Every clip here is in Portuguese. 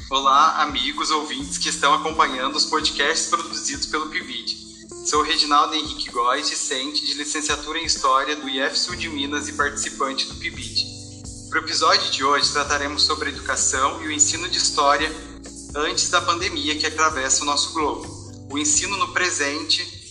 Olá, amigos ouvintes que estão acompanhando os podcasts produzidos pelo PIBID. Sou Reginaldo Henrique Góes, discente de licenciatura em História do IF Sul de Minas e participante do PIBID. Para o episódio de hoje, trataremos sobre a educação e o ensino de História antes da pandemia que atravessa o nosso globo. O ensino no presente,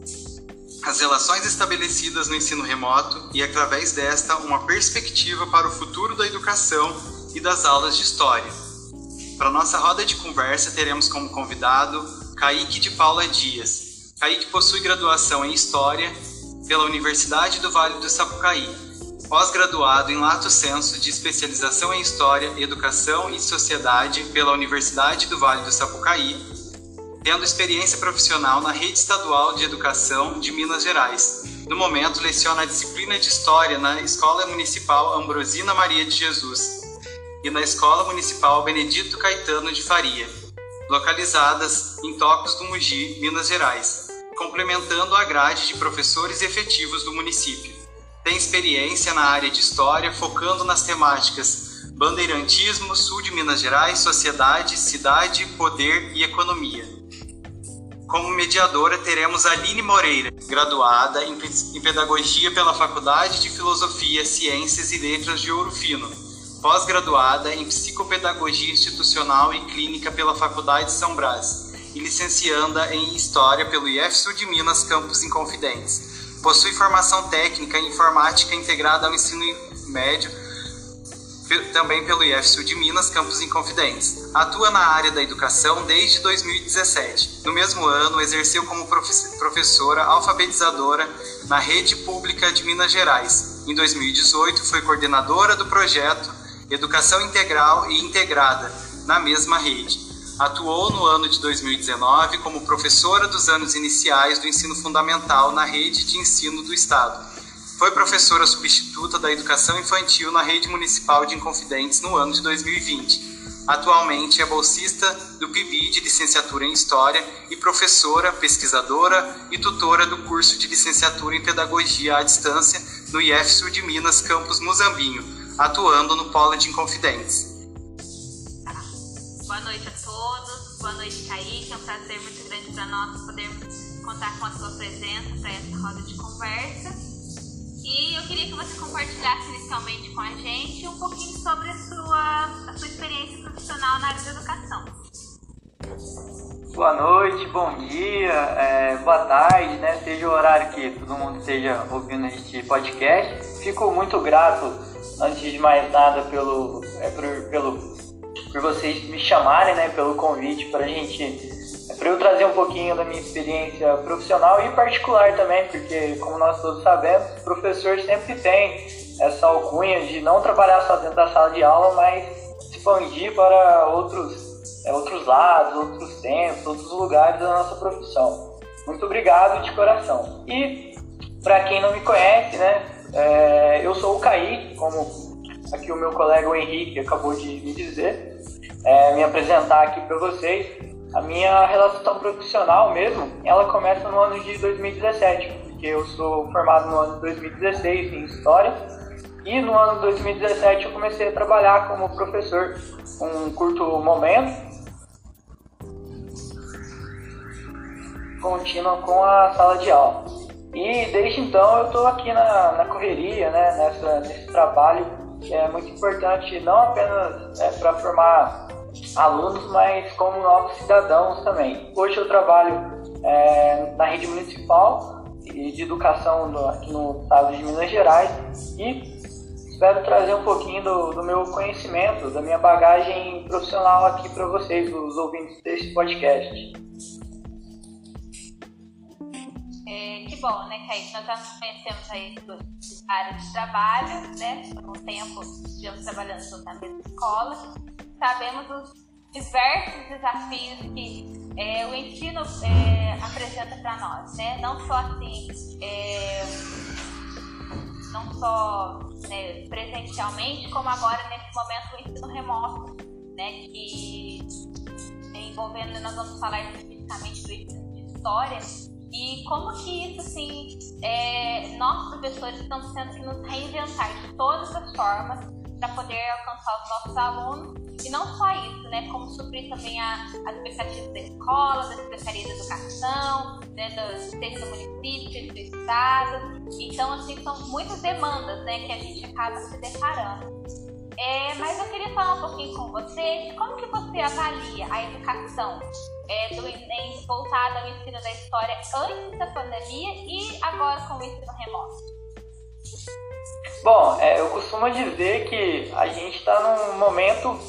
as relações estabelecidas no ensino remoto e, através desta, uma perspectiva para o futuro da educação e das aulas de História. Para nossa roda de conversa, teremos como convidado Kaique de Paula Dias. Kaique possui graduação em História pela Universidade do Vale do Sapucaí, pós-graduado em Lato Sensu de especialização em História, Educação e Sociedade pela Universidade do Vale do Sapucaí, tendo experiência profissional na Rede Estadual de Educação de Minas Gerais. No momento, leciona a disciplina de História na Escola Municipal Ambrosina Maria de Jesus e na Escola Municipal Benedito Caetano de Faria, localizadas em Tocos do Mugi, Minas Gerais, complementando a grade de professores efetivos do município. Tem experiência na área de História, focando nas temáticas bandeirantismo, sul de Minas Gerais, sociedade, cidade, poder e economia. Como mediadora, teremos Aline Moreira, graduada em Pedagogia pela Faculdade de Filosofia, Ciências e Letras de Ouro Fino, pós-graduada em Psicopedagogia Institucional e Clínica pela Faculdade de São Brás e licencianda em História pelo IF Sul de Minas, campus Inconfidentes. Possui formação técnica em Informática integrada ao ensino médio, também pelo IF Sul de Minas, campus Inconfidentes. Atua na área da educação desde 2017. No mesmo ano, exerceu como professora alfabetizadora na Rede Pública de Minas Gerais. Em 2018, foi coordenadora do projeto Educação Integral e Integrada, na mesma rede. Atuou no ano de 2019 como professora dos anos iniciais do ensino fundamental na Rede de Ensino do Estado. Foi professora substituta da Educação Infantil na Rede Municipal de Inconfidentes no ano de 2020. Atualmente é bolsista do PIBID de Licenciatura em História e professora, pesquisadora e tutora do curso de Licenciatura em Pedagogia à Distância no IF Sul de Minas, campus Muzambinho, atuando no Polo de Inconfidentes. Boa noite a todos, boa noite, Kaique. É um prazer muito grande para nós podermos contar com a sua presença para essa roda de conversa. E eu queria que você compartilhasse inicialmente com a gente um pouquinho sobre a sua experiência profissional na área da educação. Boa noite, bom dia, boa tarde, né? Seja o horário que todo mundo esteja ouvindo este podcast. Fico muito grato, antes de mais nada, por vocês me chamarem, né? Pelo convite para eu trazer um pouquinho da minha experiência profissional e particular também, porque, como nós todos sabemos, o professor sempre tem essa alcunha de não trabalhar só dentro da sala de aula, mas expandir para outros lados, outros tempos, outros lugares da nossa profissão. Muito obrigado de coração. E, para quem não me conhece, né, eu sou o Kaique, como aqui o meu colega o Henrique acabou de me dizer, me apresentar aqui para vocês. A minha relação profissional mesmo, ela começa no ano de 2017, porque eu sou formado no ano de 2016 em História, e no ano de 2017 eu comecei a trabalhar como professor um curto momento, contínua com a sala de aula. E desde então eu estou aqui na correria, né, nesse trabalho que é muito importante, não apenas para formar alunos, mas como novos cidadãos também. Hoje eu trabalho na rede municipal de educação aqui no estado de Minas Gerais e espero trazer um pouquinho do meu conhecimento, da minha bagagem profissional aqui para vocês, os ouvintes desse podcast. Que bom, né, Kaique? Nós já nos conhecemos aí da área de trabalho, né? Há um tempo estivemos trabalhando junto na mesma escola. Sabemos os diversos desafios que o ensino apresenta para nós, né? Não só assim, presencialmente, como agora nesse momento o ensino remoto, né? Que envolvendo, nós vamos falar especificamente do ensino de História. E como que isso, assim, nós professores estamos tendo que nos reinventar de todas as formas para poder alcançar os nossos alunos. E não só isso, né, como suprir também as expectativas da escola, da Secretaria de Educação, né, seja do município, seja do estado. Então, assim, são muitas demandas, né, que a gente acaba se deparando. Mas eu queria falar um pouquinho com você de como que você avalia a educação do Enem voltada ao ensino da história antes da pandemia e agora com o ensino remoto. Bom, eu costumo dizer que a gente está num momento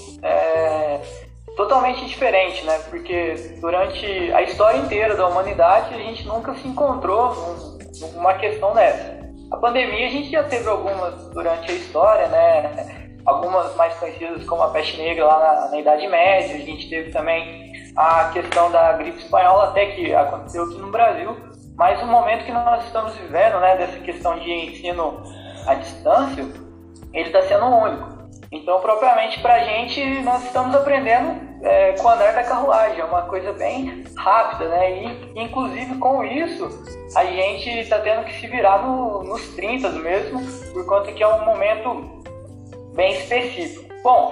totalmente diferente, né? Porque durante a história inteira da humanidade a gente nunca se encontrou numa questão dessa. A pandemia a gente já teve algumas durante a história, né? Algumas mais conhecidas como a peste negra lá na Idade Média. A gente teve também a questão da gripe espanhola, até que aconteceu aqui no Brasil. Mas o momento que nós estamos vivendo, né, dessa questão de ensino à distância, ele está sendo único. Então, propriamente para a gente, nós estamos aprendendo com o andar da carruagem. É uma coisa bem rápida, né? E, inclusive, com isso, a gente está tendo que se virar nos 30 mesmo, por conta que é um momento bem específico. Bom,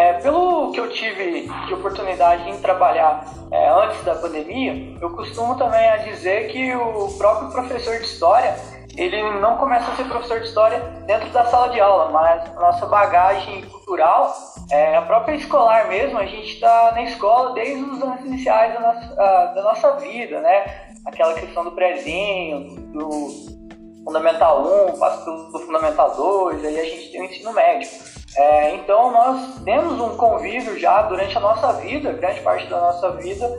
pelo que eu tive de oportunidade em trabalhar antes da pandemia, eu costumo também dizer que o próprio professor de história, ele não começa a ser professor de história dentro da sala de aula, mas a nossa bagagem cultural, a própria escolar mesmo, a gente está na escola desde os anos iniciais da nossa vida, né? Aquela questão do prézinho, do Fundamental 1, passa pelo Fundamental 2, aí a gente tem o ensino médio. Então nós temos um convívio já durante a nossa vida, grande parte da nossa vida,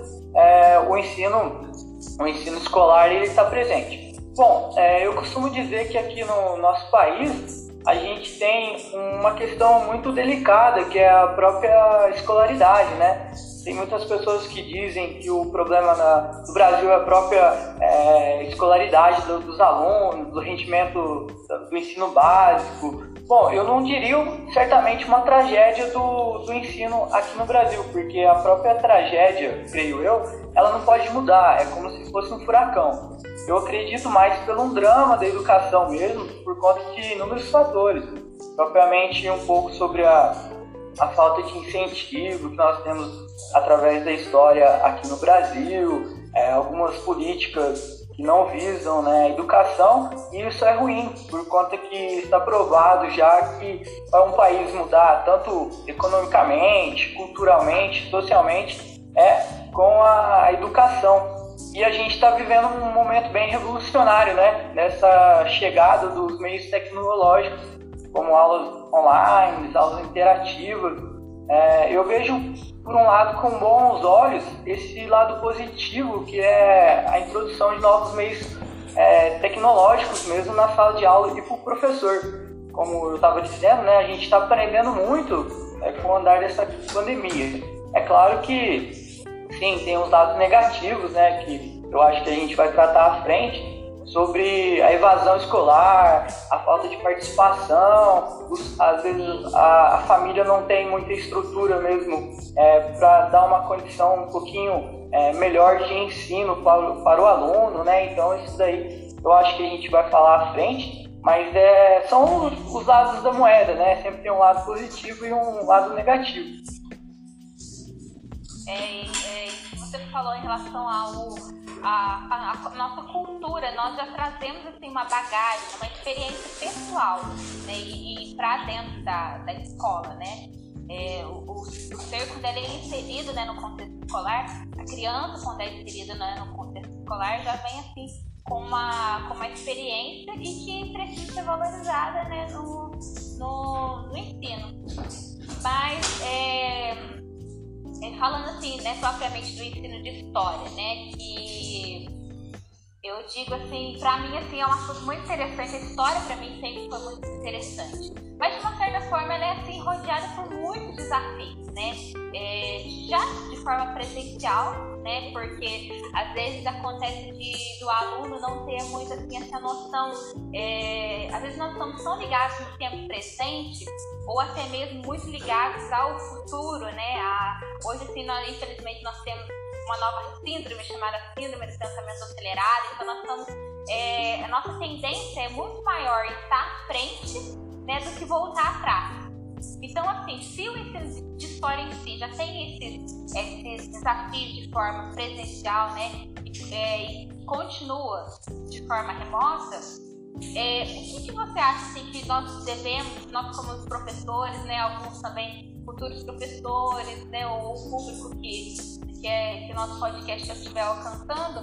o ensino escolar ele está presente. Bom, eu costumo dizer que aqui no nosso país a gente tem uma questão muito delicada, que é a própria escolaridade, né? Tem muitas pessoas que dizem que o problema no Brasil é a própria escolaridade dos alunos, do rendimento do ensino básico. Bom, eu não diria certamente uma tragédia do ensino aqui no Brasil, porque a própria tragédia, creio eu, ela não pode mudar, é como se fosse um furacão. Eu acredito mais pelo um drama da educação mesmo, por conta de inúmeros fatores. Propriamente um pouco sobre a falta de incentivo que nós temos através da história aqui no Brasil, algumas políticas que não visam, né, a educação, e isso é ruim, por conta que está provado já que para um país mudar tanto economicamente, culturalmente, socialmente, com a educação. E a gente está vivendo um momento bem revolucionário, né, nessa chegada dos meios tecnológicos, como aulas online, aulas interativas. Eu vejo, por um lado, com bons olhos, esse lado positivo, que é a introdução de novos meios tecnológicos mesmo na sala de aula e para o professor. Como eu estava dizendo, né, a gente está aprendendo muito com o andar dessa pandemia. É claro que, sim, tem uns lados negativos, né, que eu acho que a gente vai tratar à frente, sobre a evasão escolar, a falta de participação, às vezes a família não tem muita estrutura mesmo para dar uma condição um pouquinho melhor de ensino para o aluno, né? Então isso daí eu acho que a gente vai falar à frente, mas são os lados da moeda, né? Sempre tem um lado positivo e um lado negativo. Você falou em relação a nossa cultura, nós já trazemos assim, uma bagagem, uma experiência pessoal, né, e para dentro da escola, né? O ser, quando ele é inserido, né, no contexto escolar, a criança, quando é inserida, né, no contexto escolar, já vem assim com uma experiência e que precisa ser valorizada, né, no ensino. Mas falando assim, né, propriamente do ensino de história, né, que eu digo assim, pra mim assim, é um assunto muito interessante, a história pra mim sempre foi muito interessante, mas de uma certa forma ela é assim, rodeada por muitos desafios, né, já de forma presencial, né, porque às vezes acontece do aluno não ter muito assim, essa noção, às vezes nós estamos tão ligados no tempo presente, ou até mesmo muito ligados ao futuro, né? Hoje, assim, infelizmente, nós temos uma nova síndrome chamada síndrome do pensamento acelerado, então nós estamos, a nossa tendência é muito maior em estar à frente, né, do que voltar atrás. Então, assim, se o ensino de história em si já tem esses desafios de forma presencial, né, e continua de forma remota, o que você acha assim, que nós devemos, nós como professores, né, alguns também futuros professores, né, ou o público que nosso podcast estiver alcançando,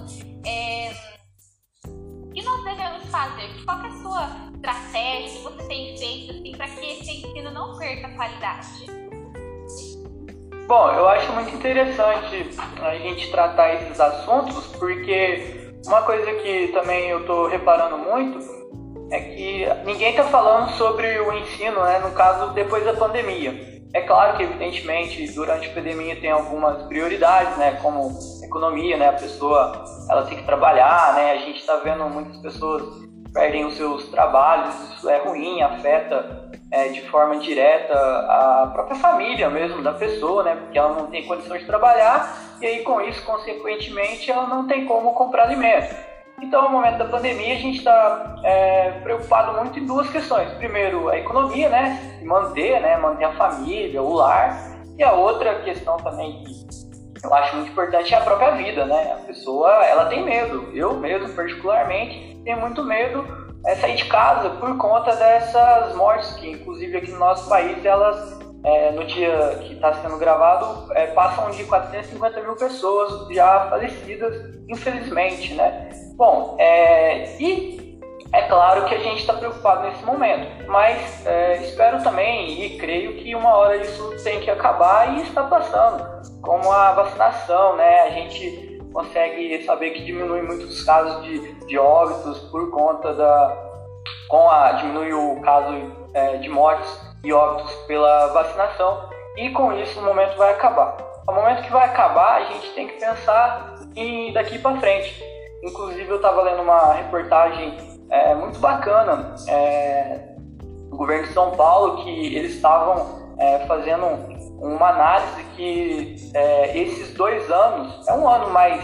o que nós devemos fazer? Qual é a sua estratégia que você tem feito assim, para que esse ensino não perca qualidade? Bom, eu acho muito interessante a gente tratar esses assuntos, porque uma coisa que também eu estou reparando muito é que ninguém está falando sobre o ensino, né, no caso, depois da pandemia. É claro que, evidentemente, durante a pandemia tem algumas prioridades, né, como economia, né, a pessoa ela tem que trabalhar, né, a gente está vendo muitas pessoas perdem os seus trabalhos, isso é ruim, afeta de forma direta a própria família mesmo da pessoa, né, porque ela não tem condições de trabalhar e aí com isso, consequentemente, ela não tem como comprar alimento. Então, no momento da pandemia, a gente está preocupado muito em duas questões. Primeiro, a economia, né? Manter a família, o lar. E a outra questão também que eu acho muito importante é a própria vida, né? A pessoa, ela tem medo. Eu mesmo, particularmente, tenho muito medo de sair de casa por conta dessas mortes que, inclusive, aqui no nosso país, elas, no dia que está sendo gravado, passam de 450 mil pessoas já falecidas, infelizmente, né? Bom, e é claro que a gente está preocupado nesse momento, mas espero também e creio que uma hora isso tem que acabar e está passando, como a vacinação, né? A gente consegue saber que diminui muitos casos de óbitos por conta diminui o caso de mortes e óbitos pela vacinação, e com isso o momento vai acabar. No momento que vai acabar, a gente tem que pensar daqui para frente. Inclusive, eu estava lendo uma reportagem muito bacana do governo de São Paulo, que eles estavam fazendo uma análise que esses 2 anos, um ano mais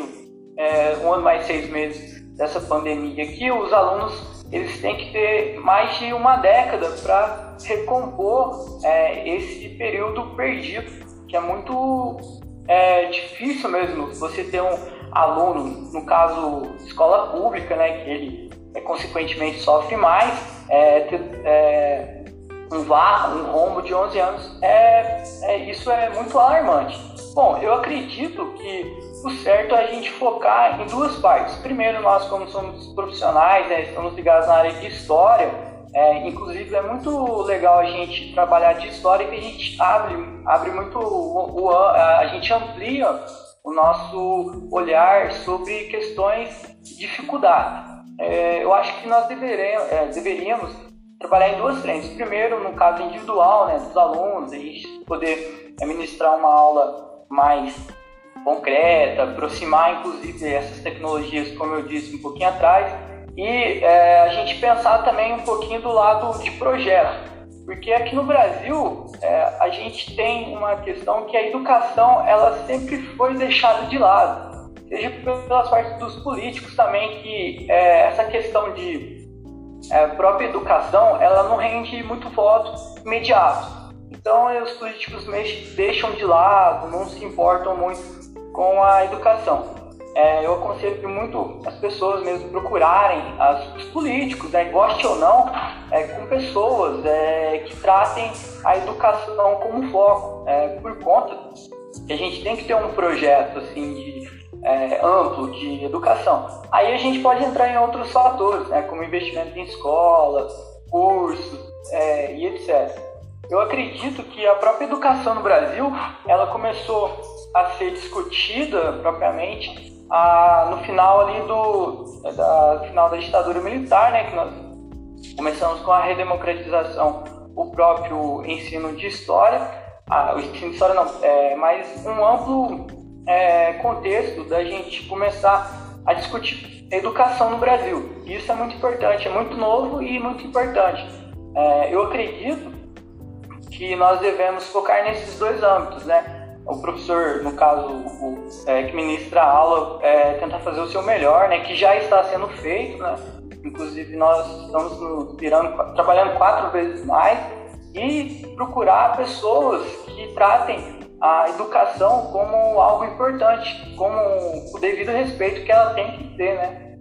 6 meses dessa pandemia aqui, os alunos eles têm que ter mais de uma década para recompor esse período perdido, que é muito difícil mesmo você ter um aluno, no caso escola pública, né, que ele consequentemente sofre mais, ter um rombo de 11 anos, isso é muito alarmante. Bom, eu acredito que o certo é a gente focar em duas partes. Primeiro, nós como somos profissionais, estamos ligados na área de história, inclusive é muito legal a gente trabalhar de história, que a gente abre muito, a gente amplia o nosso olhar sobre questões de dificuldade. Eu acho que nós deveríamos trabalhar em duas frentes. Primeiro, no caso individual, né, dos alunos, a gente poder ministrar uma aula mais concreta, aproximar inclusive essas tecnologias, como eu disse um pouquinho atrás, e a gente pensar também um pouquinho do lado de projeto. Porque aqui no Brasil, a gente tem uma questão que a educação ela sempre foi deixada de lado, seja pelas partes dos políticos também, que essa questão de própria educação, ela não rende muito voto imediato. Então, os políticos deixam de lado, não se importam muito com a educação. Eu aconselho muito as pessoas mesmo procurarem os políticos, goste ou não, com pessoas que tratem a educação como foco, por conta que a gente tem que ter um projeto assim, amplo de educação. Aí a gente pode entrar em outros fatores, como investimento em escolas, cursos e etc. Eu acredito que a própria educação no Brasil, ela começou a ser discutida propriamente no final ali final da ditadura militar, que nós começamos com a redemocratização, o próprio ensino de história, o ensino de história não, mas um amplo contexto da gente começar a discutir educação no Brasil. Isso é muito importante, é muito novo e muito importante. Eu acredito que nós devemos focar nesses dois âmbitos, O professor, no caso, que ministra a aula, tentar fazer o seu melhor, que já está sendo feito, Inclusive, nós estamos trabalhando 4 vezes mais e procurar pessoas que tratem a educação como algo importante, como o devido respeito que ela tem que ter, né?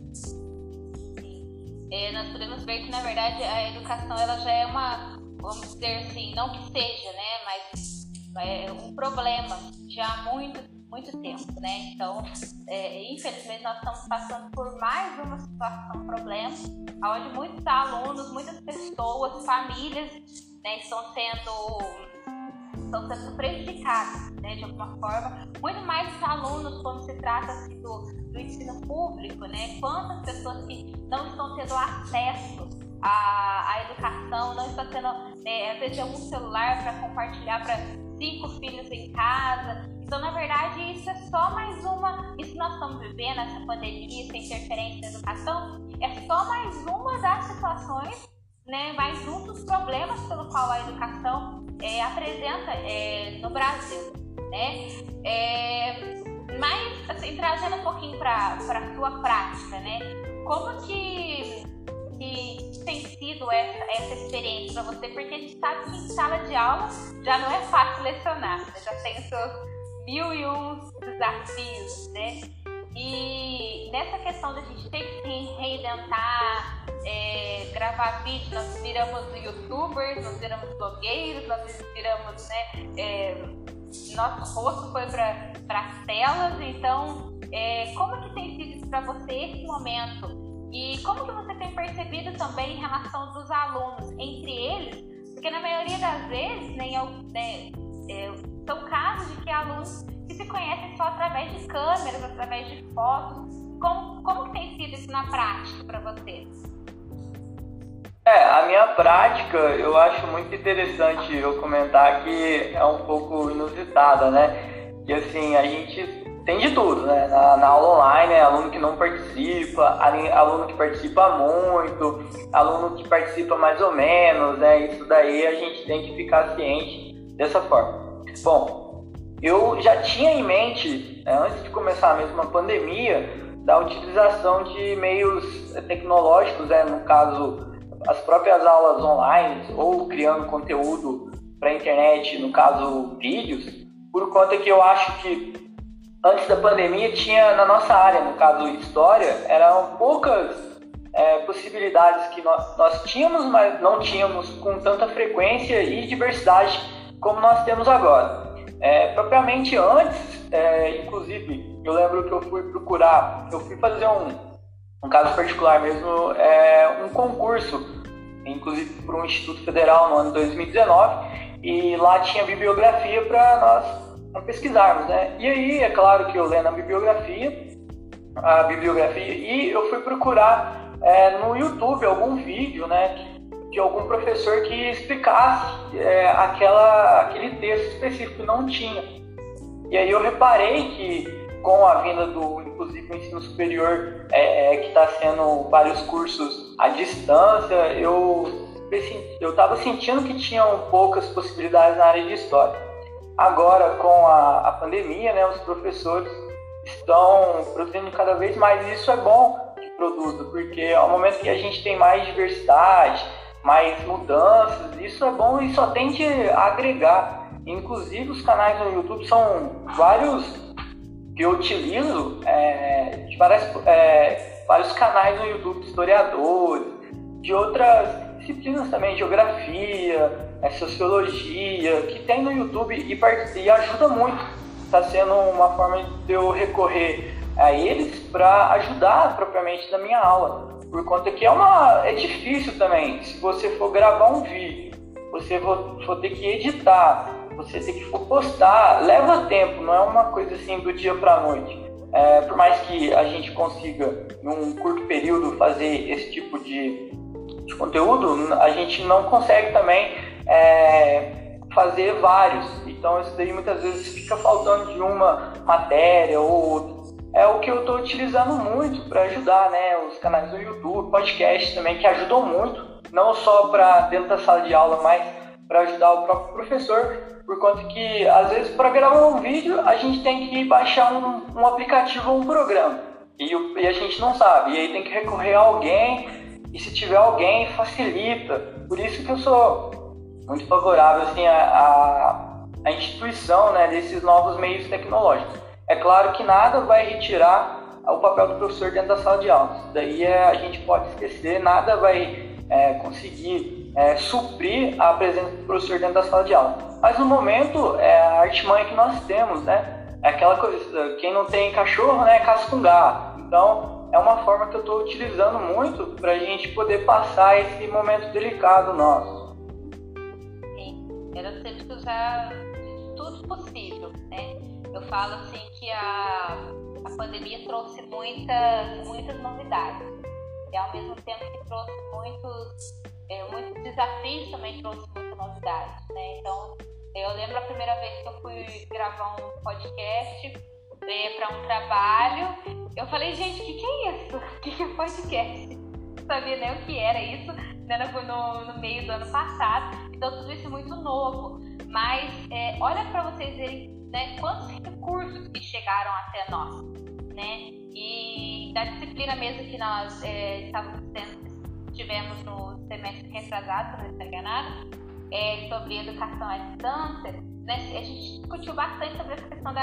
Nós podemos ver que, na verdade, a educação ela já é uma, vamos dizer assim, não que seja, né, mas é um problema já há muito tempo, né? Então, infelizmente, nós estamos passando por mais uma situação, problema, onde muitos alunos, muitas pessoas, famílias, né, estão sendo prejudicados, né, de alguma forma, muito mais os alunos quando se trata assim, do ensino público, né, quantas pessoas que não estão tendo acesso à educação, não estão tendo, às vezes, um celular para compartilhar para 5 filhos em casa. Então, na verdade, isso é só mais isso que nós estamos vivendo, essa pandemia, essa interferência na educação, é só mais uma das situações, né, mais um dos problemas pelo qual a educação apresenta no Brasil, né? Mas, assim, trazendo um pouquinho para a sua prática, né? Como que tem sido essa experiência para você? Porque a gente sabe que em sala de aula já não é fácil lecionar, né? Já tem os seus 1001 desafios, né? E nessa questão da gente ter que se reinventar, gravar vídeo, nós viramos youtubers, nós viramos blogueiros, nós viramos, né, nosso rosto foi para as telas. Então, como que tem sido isso para você esse momento? E como que você tem percebido também em relação dos alunos entre eles? Porque na maioria das vezes, são casos de que alunos que se conhecem só através de câmeras, através de fotos. Como que tem sido isso na prática para você? A minha prática, eu acho muito interessante eu comentar que é um pouco inusitada, né? Que assim, a gente tem de tudo, né? Na aula online, aluno que não participa, aluno que participa muito, aluno que participa mais ou menos, né? Isso daí a gente tem que ficar ciente dessa forma. Bom, eu já tinha em mente, antes de começar mesmo a pandemia, da utilização de meios tecnológicos, no caso, as próprias aulas online ou criando conteúdo para a internet, no caso, vídeos, por conta que eu acho que antes da pandemia tinha na nossa área, no caso, história, eram poucas possibilidades que nós tínhamos, mas não tínhamos com tanta frequência e diversidade como nós temos agora. Propriamente antes, inclusive, eu lembro que eu fui fazer um caso particular mesmo, um concurso, inclusive para um Instituto Federal no ano 2019, e lá tinha bibliografia para nós pesquisarmos, né? E aí, é claro que eu lendo a bibliografia, e eu fui procurar no YouTube algum vídeo, né, de algum professor que explicasse aquele texto específico, não tinha. E aí eu reparei que com a vinda inclusive, do ensino superior, que está sendo vários cursos à distância, eu estava sentindo que tinham poucas possibilidades na área de história. Agora, com a pandemia, né, os professores estão produzindo cada vez mais, e isso é bom que produza, porque ao momento que a gente tem mais diversidade, mais mudanças, isso é bom e só tende a agregar. Inclusive, os canais no YouTube são vários que eu utilizo, de vários canais no YouTube, historiadores, de outras disciplinas também, geografia, sociologia, que tem no YouTube e ajuda muito. Está sendo uma forma de eu recorrer a eles para ajudar propriamente na minha aula, por conta que é difícil também. Se você for gravar um vídeo, você for ter que editar, você tem que postar, leva tempo, não é uma coisa assim do dia para a noite. Por mais que a gente consiga, num curto período, fazer esse tipo de conteúdo, a gente não consegue também fazer vários. Então isso daí muitas vezes fica faltando de uma matéria ou outra. É o que eu estou utilizando muito para ajudar, né, os canais do YouTube, podcasts também, que ajudam muito, não só para dentro da sala de aula, mas para ajudar o próprio professor, por conta que, às vezes, para gravar um vídeo, a gente tem que baixar um aplicativo ou um programa, e a gente não sabe, e aí tem que recorrer a alguém, e se tiver alguém, facilita. Por isso que eu sou muito favorável assim, a instituição, né, desses novos meios tecnológicos. É claro que nada vai retirar o papel do professor dentro da sala de aula. Isso daí a gente pode esquecer, nada vai conseguir suprir a presença do professor dentro da sala de aula. Mas no momento, a artimanha que nós temos, né, é aquela coisa, quem não tem cachorro, né, caça com gato. Então, é uma forma que eu estou utilizando muito para a gente poder passar esse momento delicado nosso. Sim, eu tento usar de tudo possível, né? Eu falo assim que a pandemia trouxe muitas novidades e ao mesmo tempo que trouxe muitos desafios, também trouxe muitas novidades, né? Então, eu lembro a primeira vez que eu fui gravar um podcast para um trabalho, eu falei, gente, o que é isso? O que é podcast? Não sabia nem o que era isso, né? No meio do ano passado, então tudo isso é muito novo, mas olha para vocês verem, né, quantos recursos que chegaram até nós, né? E da disciplina mesmo que nós tivemos no semestre retrasado, se não estou enganada, sobre educação à distância, né? A gente discutiu bastante sobre essa questão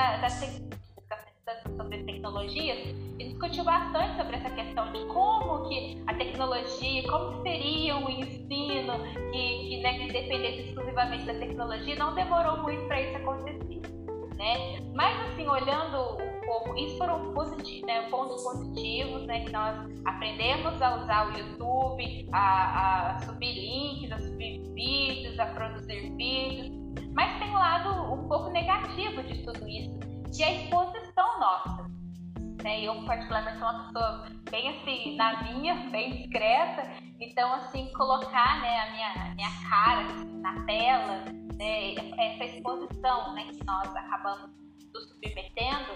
sobre tecnologias e discutiu bastante sobre essa questão de como que a tecnologia, como seria o ensino que dependesse exclusivamente da tecnologia. Não demorou muito para isso acontecer, né? Mas assim, olhando um pouco, isso foram positivos, né, pontos positivos, né, que nós aprendemos a usar o YouTube, a subir links, a subir vídeos, a produzir vídeos, mas tem um lado um pouco negativo de tudo isso, que é a exposição nossa, né? Eu particularmente sou uma pessoa bem assim, bem discreta, então assim, colocar, né, a minha cara assim, na tela, né, essa exposição, né, que nós acabamos nos submetendo,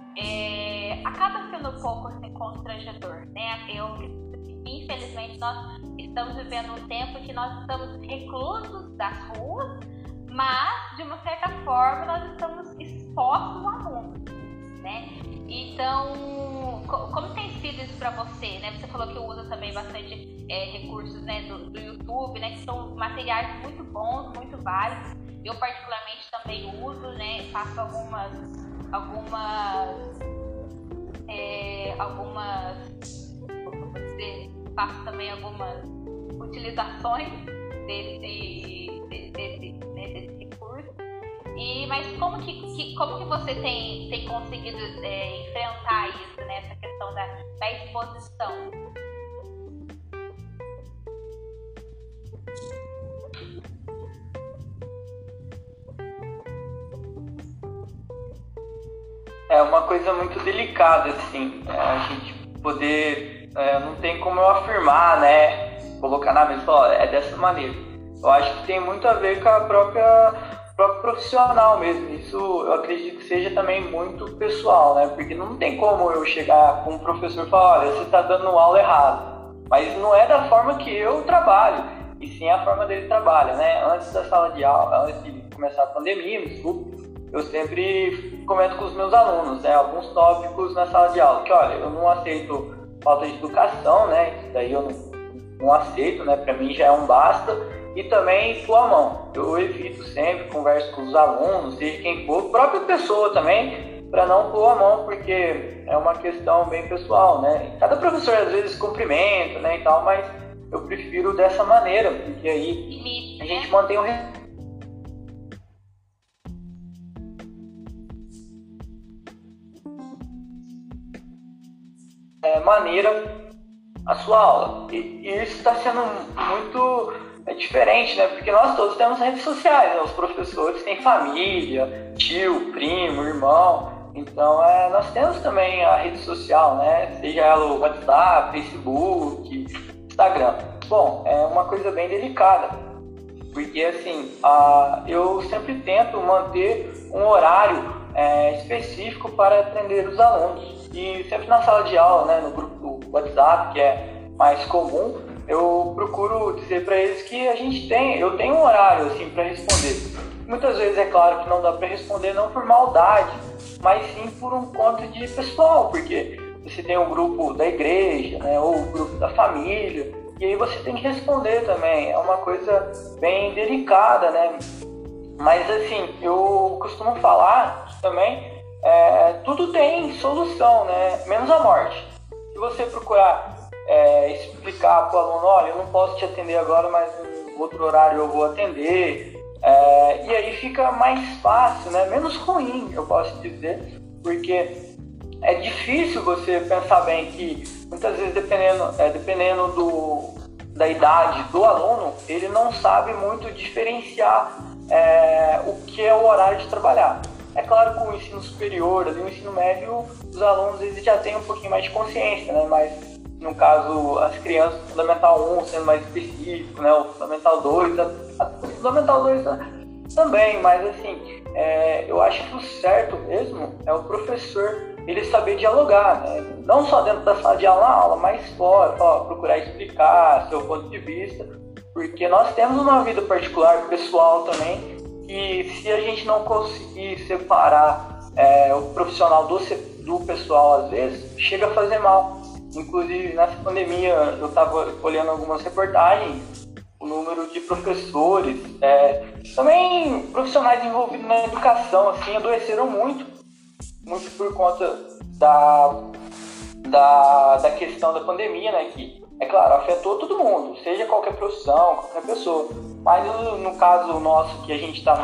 acaba sendo um pouco assim, constrangedor, né? Infelizmente nós estamos vivendo um tempo que nós estamos reclusos das ruas, mas de uma certa forma nós estamos expostos ao mundo, né? Então, como tem sido isso para você, né? Você falou que usa também bastante recursos, né, do YouTube, né, que são materiais muito bons, muito válidos. Eu particularmente também uso, né? Faço faço também algumas utilizações desse recurso. Mas como que você tem conseguido enfrentar isso, né? Essa questão da exposição? É uma coisa muito delicada, assim, a gente poder, não tem como eu afirmar, né, colocar na mesa e falar, é dessa maneira. Eu acho que tem muito a ver com a próprio profissional mesmo. Isso eu acredito que seja também muito pessoal, né, porque não tem como eu chegar com um professor e falar, olha, você está dando aula errada, mas não é da forma que eu trabalho, e sim a forma dele trabalha, né. Antes da sala de aula, antes de começar a pandemia, eu sempre comento com os meus alunos, né, alguns tópicos na sala de aula, que olha, eu não aceito falta de educação, né, isso daí eu não aceito, né, para mim já é um basta, e também pôr a mão. Eu evito sempre, converso com os alunos, seja quem for, própria pessoa também, para não pôr a mão, porque é uma questão bem pessoal, né, cada professor às vezes cumprimenta, né, e tal, mas eu prefiro dessa maneira, porque aí a gente mantém o maneira a sua aula. E isso está sendo muito diferente, né? Porque nós todos temos redes sociais, né? Os professores têm família, tio, primo, irmão. Então, nós temos também a rede social, né? Seja ela o WhatsApp, Facebook, Instagram. Bom, é uma coisa bem delicada, porque assim, eu sempre tento manter um horário específico para atender os alunos. E sempre na sala de aula, né, no grupo do WhatsApp, que é mais comum, eu procuro dizer para eles que eu tenho um horário assim para responder. Muitas vezes é claro que não dá para responder não por maldade, mas sim por um ponto de pessoal, porque você tem um grupo da igreja, né, ou o grupo da família, e aí você tem que responder também. É uma coisa bem delicada, né? Mas assim, eu costumo falar que também tudo tem solução, né? Menos a morte. Se você procurar explicar para o aluno, olha, eu não posso te atender agora, mas em outro horário eu vou atender, e aí fica mais fácil, né? Menos ruim, eu posso dizer, porque é difícil você pensar bem que muitas vezes, dependendo da idade do aluno, ele não sabe muito diferenciar o que é o horário de trabalhar. É claro que o ensino superior, ali, o ensino médio, os alunos eles já têm um pouquinho mais de consciência, né? Mas no caso, as crianças do Fundamental 1 sendo mais específico, né? O Fundamental 2, o Fundamental 2 também, mas assim, eu acho que o certo mesmo é o professor ele saber dialogar, né? Não só dentro da sala de aula, mas fora, procurar explicar seu ponto de vista, porque nós temos uma vida particular, pessoal também, e se a gente não conseguir separar o profissional do pessoal, às vezes, chega a fazer mal. Inclusive, nessa pandemia, eu estava olhando algumas reportagens, o número de professores, também profissionais envolvidos na educação, assim, adoeceram muito por conta da questão da pandemia, né, que, é claro, afetou todo mundo, seja qualquer profissão, qualquer pessoa, mas no caso nosso, que a gente está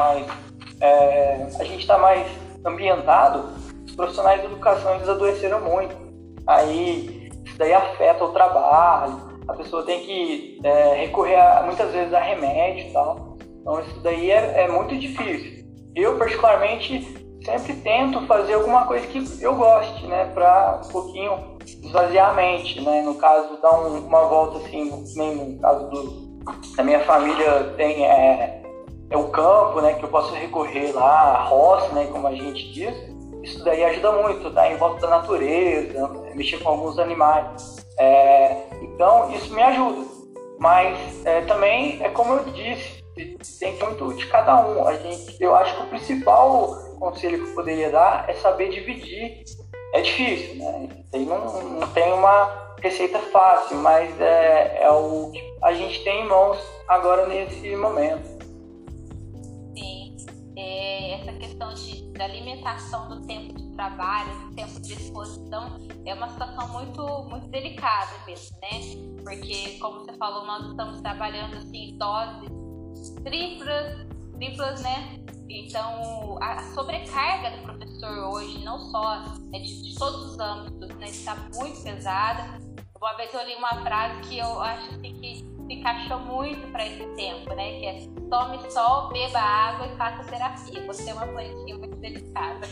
mais ambientado, os profissionais de educação, eles adoeceram muito, aí isso daí afeta o trabalho, a pessoa tem que recorrer muitas vezes a remédio e tal, então isso daí é muito difícil. Eu, particularmente, sempre tento fazer alguma coisa que eu goste, né, para um pouquinho esvaziar a mente, né, no caso, dar uma volta assim, no caso da minha família tem o campo, né, que eu posso recorrer lá, a roça, né, como a gente diz, isso daí ajuda muito, tá em volta da natureza, mexer com alguns animais, então isso me ajuda, mas também é como eu disse, tem muito de cada um. Eu acho que o principal conselho que eu poderia dar é saber dividir. É difícil, né? Não tem uma receita fácil, mas é o que a gente tem em mãos agora nesse momento. Sim, essa questão da limitação do tempo de trabalho, do tempo de exposição, é uma situação muito, muito delicada mesmo, né? Porque, como você falou, nós estamos trabalhando assim, doses triplas, né? Então, a sobrecarga do professor hoje, não só de todos os âmbitos, né, está muito pesada. Uma vez eu li uma frase que eu acho assim, que se encaixou muito para esse tempo, né? Que é: tome sol, beba água e faça terapia. Você é uma plantinha muito delicada.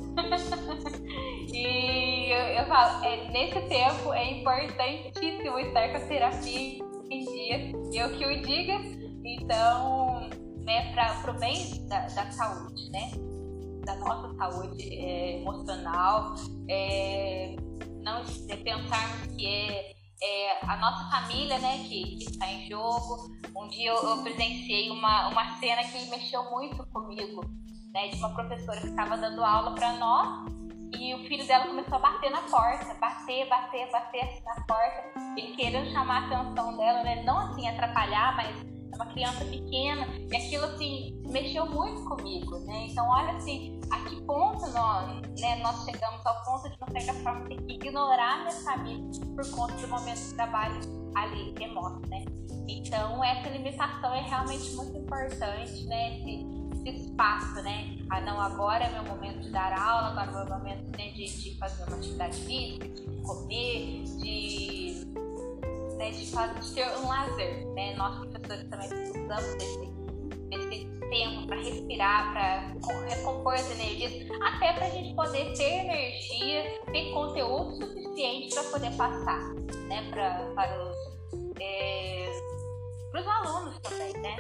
E eu falo, nesse tempo é importantíssimo estar com a terapia em dia. Eu que o diga. Então, né, para o bem da saúde, né, da nossa saúde emocional, não pensarmos que a nossa família, né, que está em jogo. Um dia eu presenciei uma cena que mexeu muito comigo, né, de uma professora que estava dando aula para nós e o filho dela começou a bater na porta, bater na porta, ele querendo chamar a atenção dela, né, não assim atrapalhar, mas uma criança pequena, e aquilo assim mexeu muito comigo, né? Então olha assim, a que ponto nós chegamos ao ponto de, de certa forma, ter que ignorar a minha família por conta do momento de trabalho ali remoto, né? Então essa limitação é realmente muito importante, né? Esse espaço, né? Não, agora é meu momento de dar aula, agora é meu momento, né, de fazer uma atividade física, de comer, de ter um lazer, né? Nós professores também precisamos desse tempo para respirar, para recompor as energias, até para a gente poder ter energia, ter conteúdo suficiente para poder passar, né? Para os alunos também, né?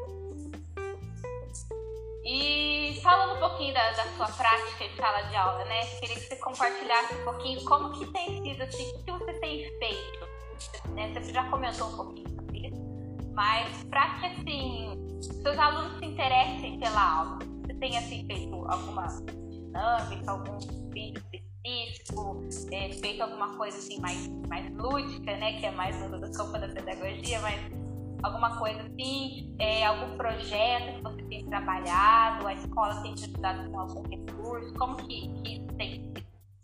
E falando um pouquinho da sua prática em sala de aula, né? Queria que você compartilhasse um pouquinho como que tem sido, assim, o que você tem feito, né? Você já comentou um pouquinho sobre isso, mas para que, assim, seus alunos se interessem pela aula, você tem, assim, feito alguma dinâmica, algum vídeo específico específico, feito alguma coisa assim mais lúdica, né, que é mais do campo da pedagogia, mas alguma coisa assim, algum projeto que você tem trabalhado, a escola tem te ajudado com algum recurso, como que isso tem sido?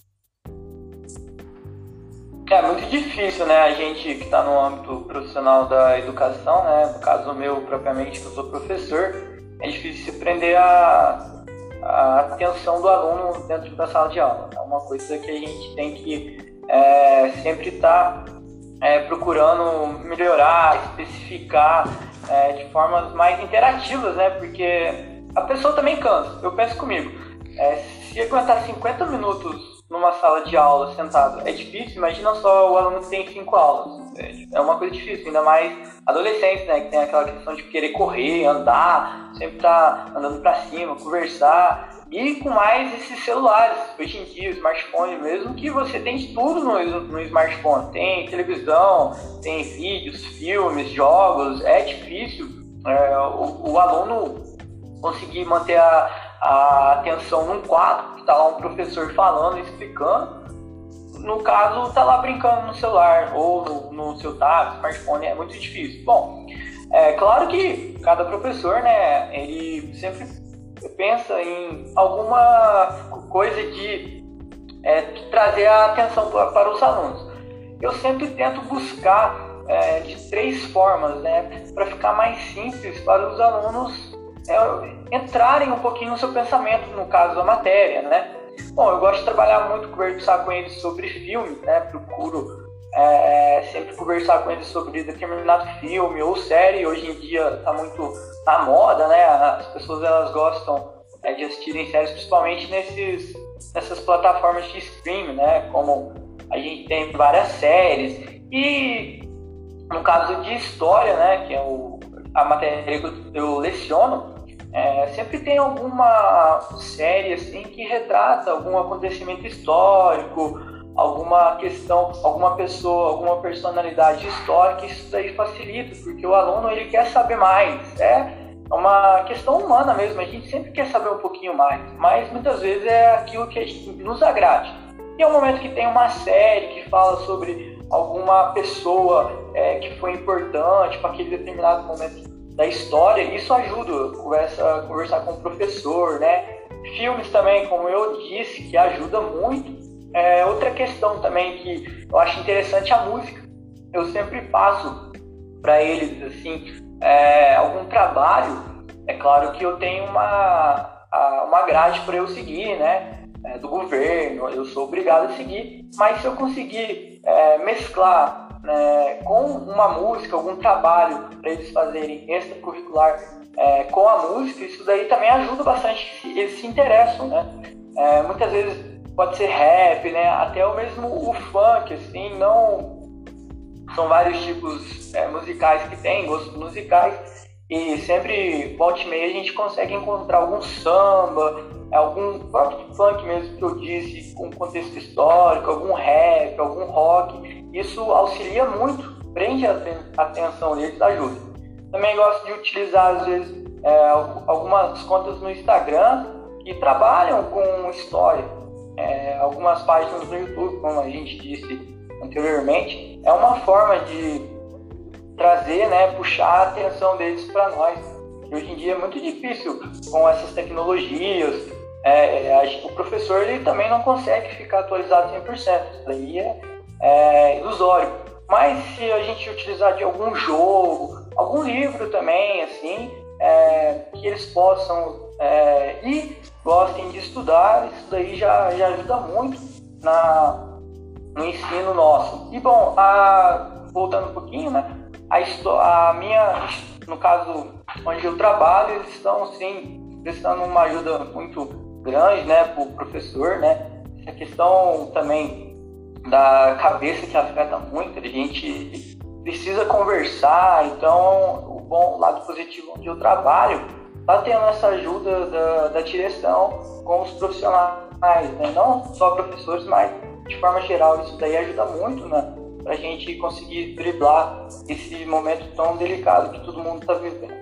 É muito difícil, né, a gente que está no âmbito profissional da educação, né, no caso meu propriamente, que eu sou professor, é difícil se prender a atenção do aluno dentro da sala de aula. É uma coisa que a gente tem que sempre estar procurando melhorar, especificar de formas mais interativas, né, porque a pessoa também cansa. Eu penso comigo, se aguentar 50 minutos numa sala de aula sentado é difícil, imagina só o aluno que tem 5 aulas. É uma coisa difícil, ainda mais adolescentes, né, que tem aquela questão de querer correr, andar, sempre tá andando para cima, conversar, e com mais esses celulares, hoje em dia, o smartphone mesmo, que você tem de tudo no smartphone, tem televisão, tem vídeos, filmes, jogos, é difícil o aluno conseguir manter a atenção num quadro, que está lá um professor falando, explicando, no caso, está lá brincando no celular ou no seu tablet, smartphone, é muito difícil. Bom, é claro que cada professor, né, ele sempre pensa em alguma coisa de trazer a atenção para os alunos. Eu sempre tento buscar de 3 formas, né, para ficar mais simples para os alunos entrarem um pouquinho no seu pensamento, no caso da matéria, né. Bom, eu gosto de trabalhar muito, conversar com eles sobre filme, né? Procuro sempre conversar com eles sobre determinado filme ou série. Hoje em dia está muito na moda, né? As pessoas elas gostam de assistirem séries, principalmente nessas plataformas de streaming, né? Como a gente tem várias séries. E no caso de história, né? Que é a matéria que eu leciono, sempre tem alguma série assim que retrata algum acontecimento histórico, alguma questão, alguma pessoa, alguma personalidade histórica. Isso daí facilita, porque o aluno ele quer saber mais. É uma questão humana mesmo, a gente sempre quer saber um pouquinho mais, mas muitas vezes é aquilo que nos agrade. E é um momento que tem uma série que fala sobre alguma pessoa que foi importante para aquele determinado momento da história, isso ajuda a conversar com o professor, né? Filmes também, como eu disse, que ajuda muito. Outra questão também que eu acho interessante é a música. Eu sempre passo para eles assim, algum trabalho. É claro que eu tenho uma grade para eu seguir, né? Do governo, eu sou obrigado a seguir, mas se eu conseguir mesclar com uma música, algum trabalho para eles fazerem extracurricular com a música, isso daí também ajuda bastante, eles se interessam, né? Muitas vezes pode ser rap, né? Até o mesmo o funk, assim, não são vários tipos musicais que tem, gostos musicais, e sempre, volta e meia, a gente consegue encontrar algum samba, algum próprio funk mesmo que eu disse, com contexto histórico, algum rap, algum rock. Isso auxilia muito, prende a atenção deles, ajuda. Também gosto de utilizar, às vezes, algumas contas no Instagram que trabalham com história. Algumas páginas no YouTube, como a gente disse anteriormente, é uma forma de trazer, né, puxar a atenção deles para nós. E hoje em dia é muito difícil com essas tecnologias. O professor ele também não consegue ficar atualizado 100%. Isso daí é ilusório. Mas se a gente utilizar de algum jogo, algum livro também, assim, que eles possam e gostem de estudar, isso daí já ajuda muito no ensino nosso. E bom, voltando um pouquinho, né? A minha, no caso onde eu trabalho, eles estão sim prestando uma ajuda muito grande, né, para o professor, né? Essa questão também da cabeça que afeta muito, a gente precisa conversar. Então o lado positivo onde eu trabalho está tendo essa ajuda da direção com os profissionais, né? Não só professores, mas de forma geral. Isso daí ajuda muito, né, para a gente conseguir driblar esse momento tão delicado que todo mundo está vivendo.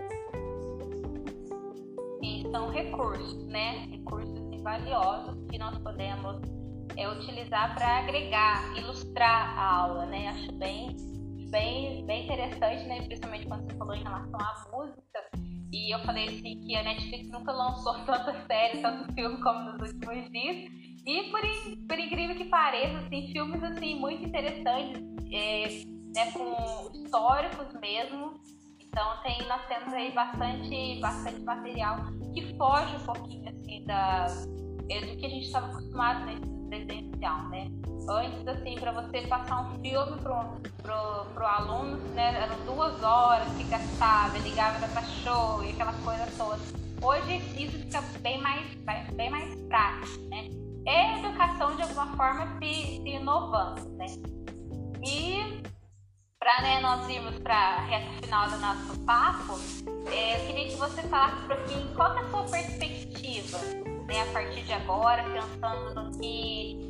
E são recursos, né? Recursos valiosos que nós podemos utilizar para agregar, ilustrar a aula, né? Acho bem interessante, né? Principalmente quando você falou em relação à música. E eu falei assim que a Netflix nunca lançou tanta série, tanto filme como nos últimos dias. E por incrível que pareça, assim, filmes assim, muito interessantes, né, com históricos mesmo. Então nós temos aí bastante material que foge um pouquinho assim, do que a gente estava acostumado nesse presencial, né? Antes, assim, para você passar um filme pro aluno, né, eram 2 horas que gastava, ligava para show e aquela coisa toda. Hoje isso fica bem mais prático, né? É educação de alguma forma se inovando, né? E para, né, nós irmos para a reta final do nosso papo, eu queria que você falasse um pouquinho qual é a sua perspectiva, né, a partir de agora, pensando no que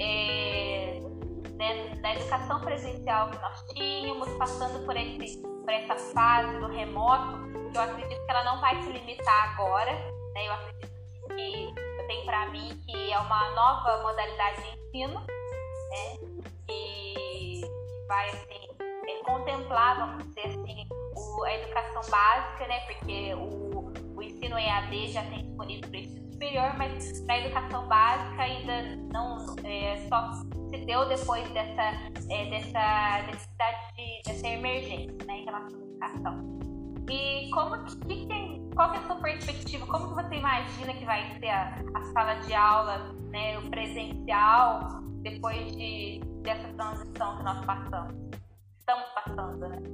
né, da educação presencial que nós tínhamos, passando por essa fase do remoto, que eu acredito que ela não vai se limitar agora, né? Eu acredito que eu tenho para mim que é uma nova modalidade de ensino, né? E vai assim, contemplar, vamos dizer assim, a educação básica, né? Porque o ensino EAD já tem disponível para o ensino superior, mas na educação básica ainda não só se deu depois dessa necessidade dessa emergência, né, em relação à educação. E qual que é a sua perspectiva? Como que você imagina que vai ser a sala de aula, né, o presencial, depois dessa transição que nós estamos passando, né?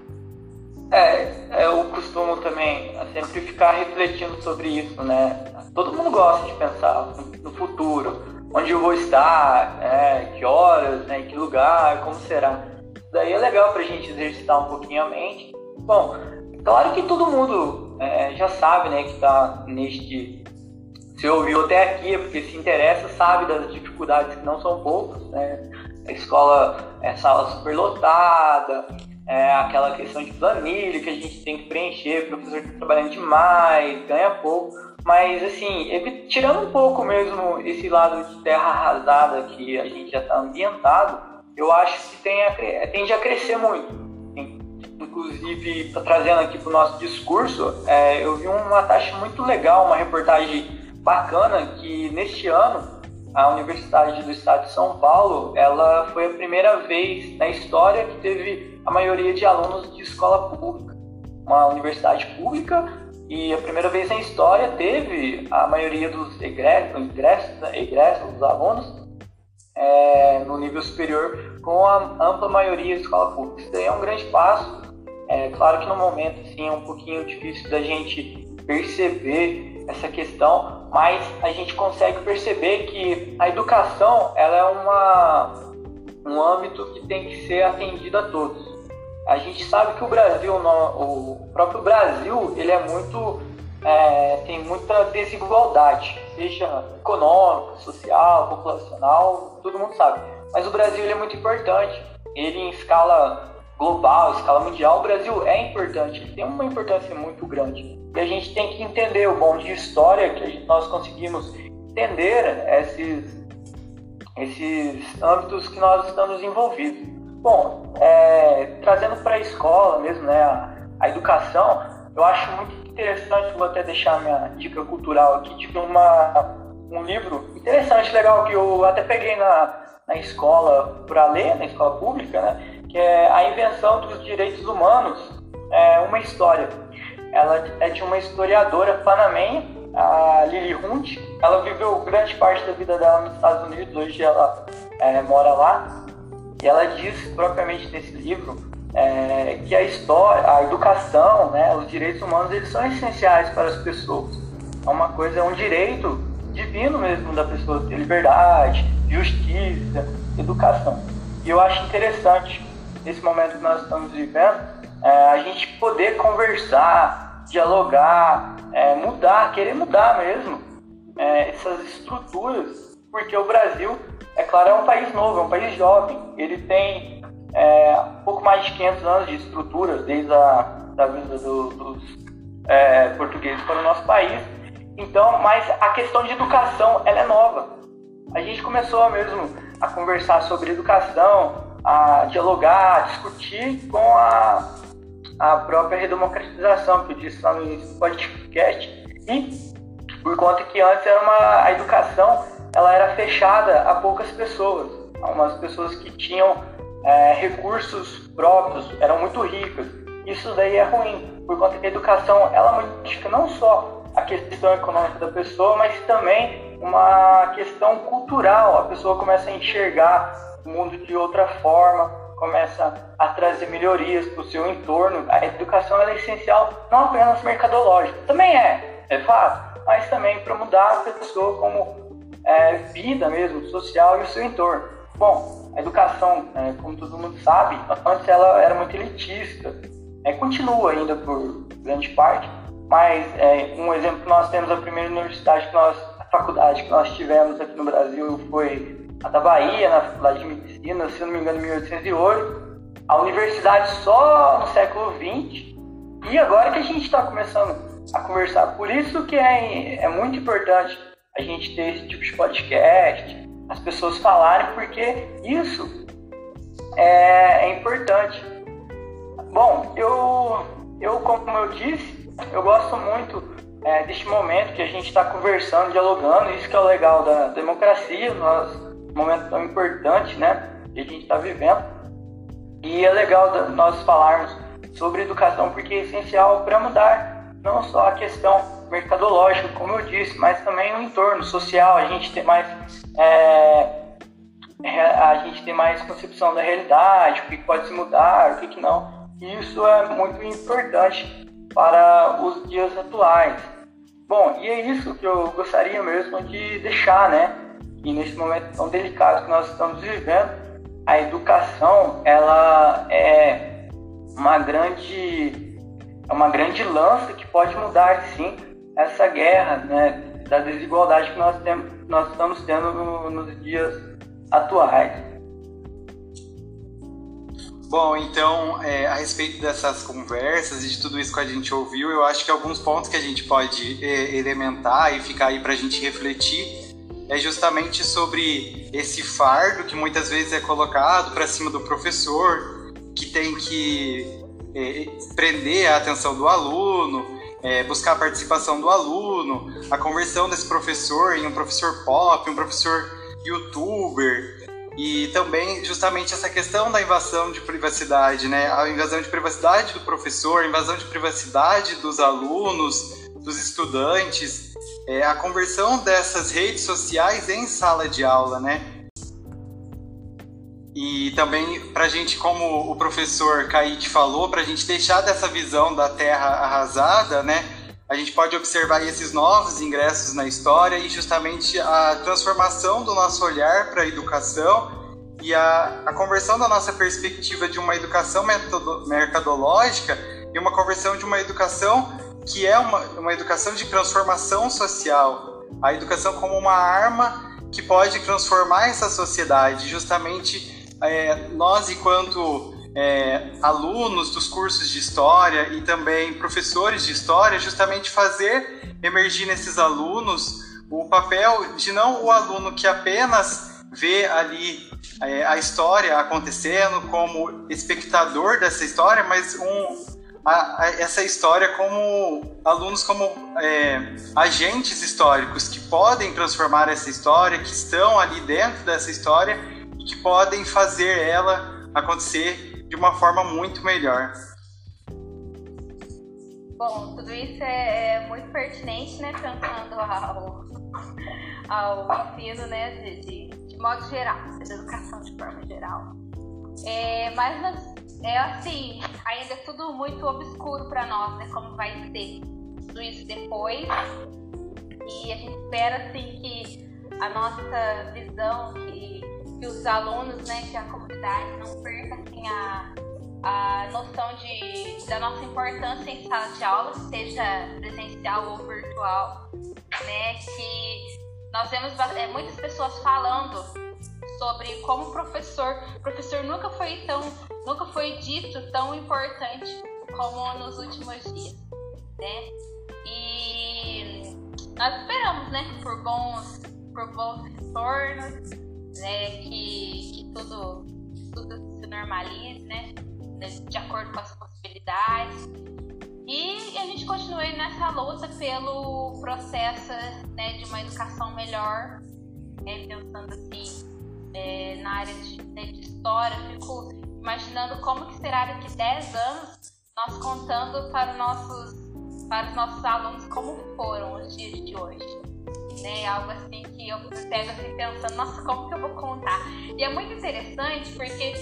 Eu costumo também sempre ficar refletindo sobre isso, né? Todo mundo gosta de pensar no futuro, onde eu vou estar, que horas, né, em que lugar, como será. Isso daí é legal pra gente exercitar um pouquinho a mente. Bom, claro que todo mundo já sabe, né, que tá se ouviu até aqui, é porque se interessa, sabe das dificuldades que não são poucas, né? A escola é sala superlotada, aquela questão de planilha que a gente tem que preencher, o professor está trabalhando demais, ganha pouco, mas assim, tirando um pouco mesmo esse lado de terra arrasada que a gente já está ambientado, eu acho que tende a crescer muito. Inclusive, trazendo aqui para o nosso discurso, eu vi uma taxa muito legal, uma reportagem bacana, que neste ano a Universidade do Estado de São Paulo, ela foi a primeira vez na história que teve a maioria de alunos de escola pública. Uma universidade pública, e a primeira vez na história teve a maioria dos egressos dos alunos no nível superior, com a ampla maioria de escola pública. Isso daí é um grande passo. Claro que no momento assim, é um pouquinho difícil da gente perceber essa questão, mas a gente consegue perceber que a educação ela é um âmbito que tem que ser atendido a todos. A gente sabe que o Brasil, o próprio Brasil, ele tem muita desigualdade, seja econômica, social, populacional, todo mundo sabe. Mas o Brasil ele é muito importante. Ele em escala global, escala mundial, o Brasil é importante, ele tem uma importância muito grande. E a gente tem que entender o bom de história, que nós conseguimos entender esses âmbitos que nós estamos envolvidos. Bom, trazendo para a escola mesmo, né, a educação, eu acho muito interessante, vou até deixar minha dica cultural aqui, de um livro interessante, legal, que eu até peguei na escola para ler, na escola pública, né, que é A Invenção dos Direitos Humanos, uma história. Ela é de uma historiadora panamenha, a Lili Hunt. Ela viveu grande parte da vida dela nos Estados Unidos, hoje ela mora lá. E ela diz propriamente nesse livro que a história, a educação, né, os direitos humanos, eles são essenciais para as pessoas. É um direito divino mesmo da pessoa ter liberdade, justiça, educação. E eu acho interessante, nesse momento que nós estamos vivendo, a gente poder conversar, dialogar, querer mudar mesmo essas estruturas, porque o Brasil, é claro, é um país novo, é um país jovem, ele tem um pouco mais de 500 anos de estrutura, desde a vinda dos portugueses para o nosso país. Então, mas a questão de educação, ela é nova. a gente começou mesmo a conversar sobre educação, a dialogar, a discutir com a própria redemocratização, que eu disse lá no início do podcast, e por conta que antes a educação ela era fechada a poucas pessoas, a umas pessoas que tinham recursos próprios, eram muito ricas. Isso daí é ruim, por conta que a educação ela modifica não só a questão econômica da pessoa, mas também uma questão cultural. A pessoa começa a enxergar o mundo de outra forma, começa a trazer melhorias para o seu entorno. A educação ela é essencial não apenas mercadológica, também é fato, mas também para mudar a pessoa como vida mesmo, social e o seu entorno. Bom, a educação, como todo mundo sabe, antes ela era muito elitista, continua ainda por grande parte, mas um exemplo que nós temos, a primeira universidade a faculdade que nós tivemos aqui no Brasil foi a da Bahia, na Faculdade de Medicina, se não me engano, em 1808. A universidade só no século XX, e agora que a gente está começando a conversar. Por isso que é muito importante a gente ter esse tipo de podcast, as pessoas falarem, porque isso é importante. Bom, eu como eu disse, eu gosto muito deste momento que a gente está conversando, dialogando. Isso que é o legal da democracia, um momento tão importante, né, que a gente está vivendo. E é legal nós falarmos sobre educação, porque é essencial para mudar não só a questão mercadológica, como eu disse, mas também o entorno social. A gente tem mais concepção da realidade, o que pode se mudar, o que não. E isso é muito importante para os dias atuais. Bom, e é isso que eu gostaria mesmo de deixar, né? E nesse momento tão delicado que nós estamos vivendo, a educação ela é uma grande lança que pode mudar, sim, essa guerra, né, da desigualdade que nós estamos tendo nos dias atuais. Bom, então, a respeito dessas conversas e de tudo isso que a gente ouviu, eu acho que alguns pontos que a gente pode elementar e ficar aí para a gente refletir é justamente sobre esse fardo que muitas vezes é colocado para cima do professor, que tem que prender a atenção do aluno, buscar a participação do aluno, a conversão desse professor em um professor pop, um professor youtuber, e também justamente essa questão da invasão de privacidade, né? A invasão de privacidade do professor, a invasão de privacidade dos alunos, dos estudantes, a conversão dessas redes sociais em sala de aula, né? E também para a gente, como o professor Kaique falou, para a gente deixar dessa visão da terra arrasada, né? A gente pode observar esses novos ingressos na história e justamente a transformação do nosso olhar para a educação e a conversão da nossa perspectiva de uma educação mercadológica e uma conversão de uma educação que é uma educação de transformação social. A educação como uma arma que pode transformar essa sociedade. Justamente nós, enquanto alunos dos cursos de história e também professores de história, justamente fazer emergir nesses alunos o papel de não o aluno que apenas vê ali a história acontecendo como espectador dessa história, mas essa história como alunos, como agentes históricos que podem transformar essa história, que estão ali dentro dessa história e que podem fazer ela acontecer de uma forma muito melhor. Bom, tudo isso é muito pertinente, né, pensando ao ensino, né, de modo geral, da educação de forma geral. Mas assim, ainda é tudo muito obscuro para nós, né, como vai ser tudo isso depois. E a gente espera, assim, que a nossa visão, que os alunos, né, que a comunidade não perca, assim, a noção da nossa importância em sala de aula, seja presencial ou virtual, né, que nós vemos muitas pessoas falando sobre como o professor nunca foi dito tão importante como nos últimos dias, né? E nós esperamos, né, por bons por bons retornos, né, que tudo se normalize, né, de acordo com as possibilidades. E a gente continue nessa luta pelo processo, né, de uma educação melhor, né, pensando assim, na área de história. Eu fico imaginando como que será daqui 10 anos, nós contando para os nossos alunos como foram os dias de hoje. Né? Algo assim que eu pego assim, pensando, nossa, como que eu vou contar? E é muito interessante porque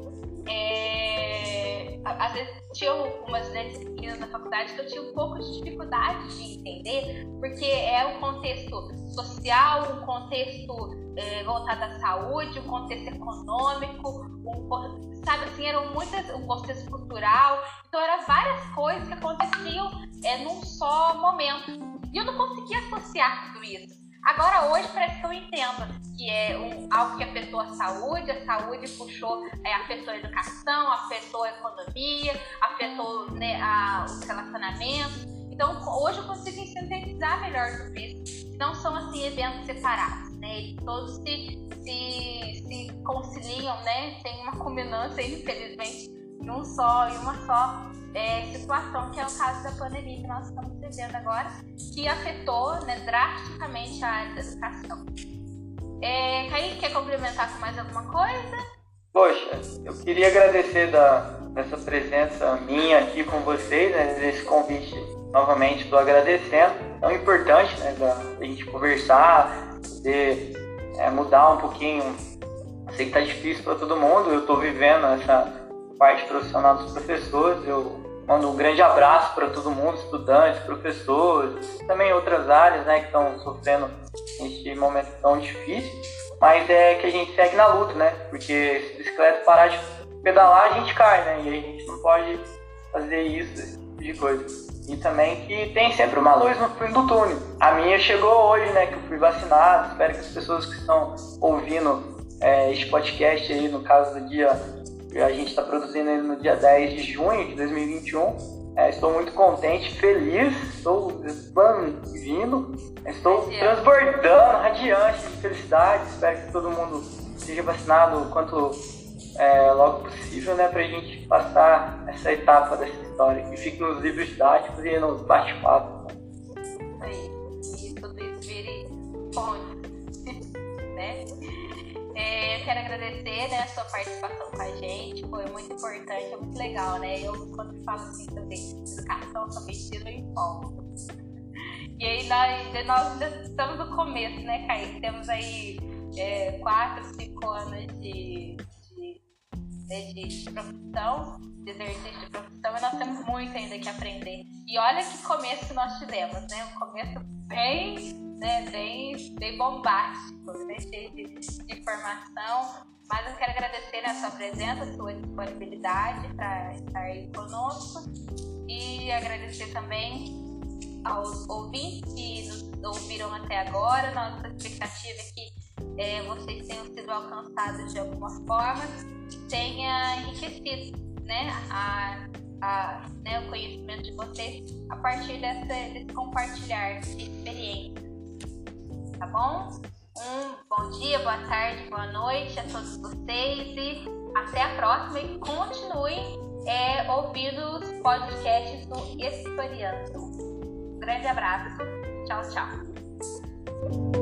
às vezes tinha algumas disciplinas na faculdade que eu tinha um pouco de dificuldade de entender, porque é um contexto social, um contexto voltado à saúde, um contexto econômico, sabe assim, um contexto cultural. Então eram várias coisas que aconteciam num só momento. E eu não conseguia associar tudo isso. Agora, hoje, parece que eu entendo que é algo que afetou a saúde puxou, afetou a educação, afetou a economia, afetou, né, os relacionamentos. Então, hoje eu consigo sintetizar melhor tudo isso. Não são, assim, eventos separados, né? Eles todos se conciliam, né? Tem uma culminância, infelizmente, em uma só situação, que é o caso da pandemia que nós estamos vivendo agora, que afetou, né, drasticamente a área da educação. Kaique, quer complementar com mais alguma coisa? Poxa, eu queria agradecer dessa presença minha aqui com vocês, né, desse convite novamente, estou agradecendo. É tão importante, né, da gente conversar, poder mudar um pouquinho. Sei que está difícil para todo mundo, eu estou vivendo essa parte profissional dos professores. Eu mando um grande abraço para todo mundo, estudantes, professores, também outras áreas, né, que estão sofrendo neste momento tão difícil, mas é que a gente segue na luta, né, porque se a bicicleta parar de pedalar, a gente cai, né, e a gente não pode fazer isso, esse tipo de coisa. E também que tem sempre uma luz no fim do túnel. A minha chegou hoje, né, que eu fui vacinado. Espero que as pessoas que estão ouvindo este podcast aí, no caso do dia, a gente está produzindo ele no dia 10 de junho de 2021. Estou muito contente, feliz, estou expandindo, estou transbordando, radiante de felicidade. Espero que todo mundo seja vacinado o quanto logo possível, né, para a gente passar essa etapa dessa história, que fique nos livros didáticos e nos bate-papos. E tudo isso vire fonte, né? Eu quero agradecer, né, a sua participação com a gente, foi muito importante, é muito legal, né? Eu, quando falo assim sobre educação, também tiro em foco. E aí nós ainda estamos no começo, né, Kaique? Temos aí 4, 5 anos de profissão, de exercício de profissão, e nós temos muito ainda que aprender. E olha que começo nós tivemos, né? Um começo bem bombástico, né? Cheio de informação. Mas eu quero agradecer a sua presença, a sua disponibilidade para estar aí conosco, e agradecer também aos ouvintes que nos ouviram até agora. Nossa expectativa é que vocês tenham sido alcançados de alguma forma, tenha enriquecido, né, o conhecimento de vocês a partir desse compartilhar de experiências, tá bom? Um bom dia, boa tarde, boa noite a todos vocês e até a próxima, e continuem ouvindo os podcasts do Historiando. Um grande abraço, tchau, tchau.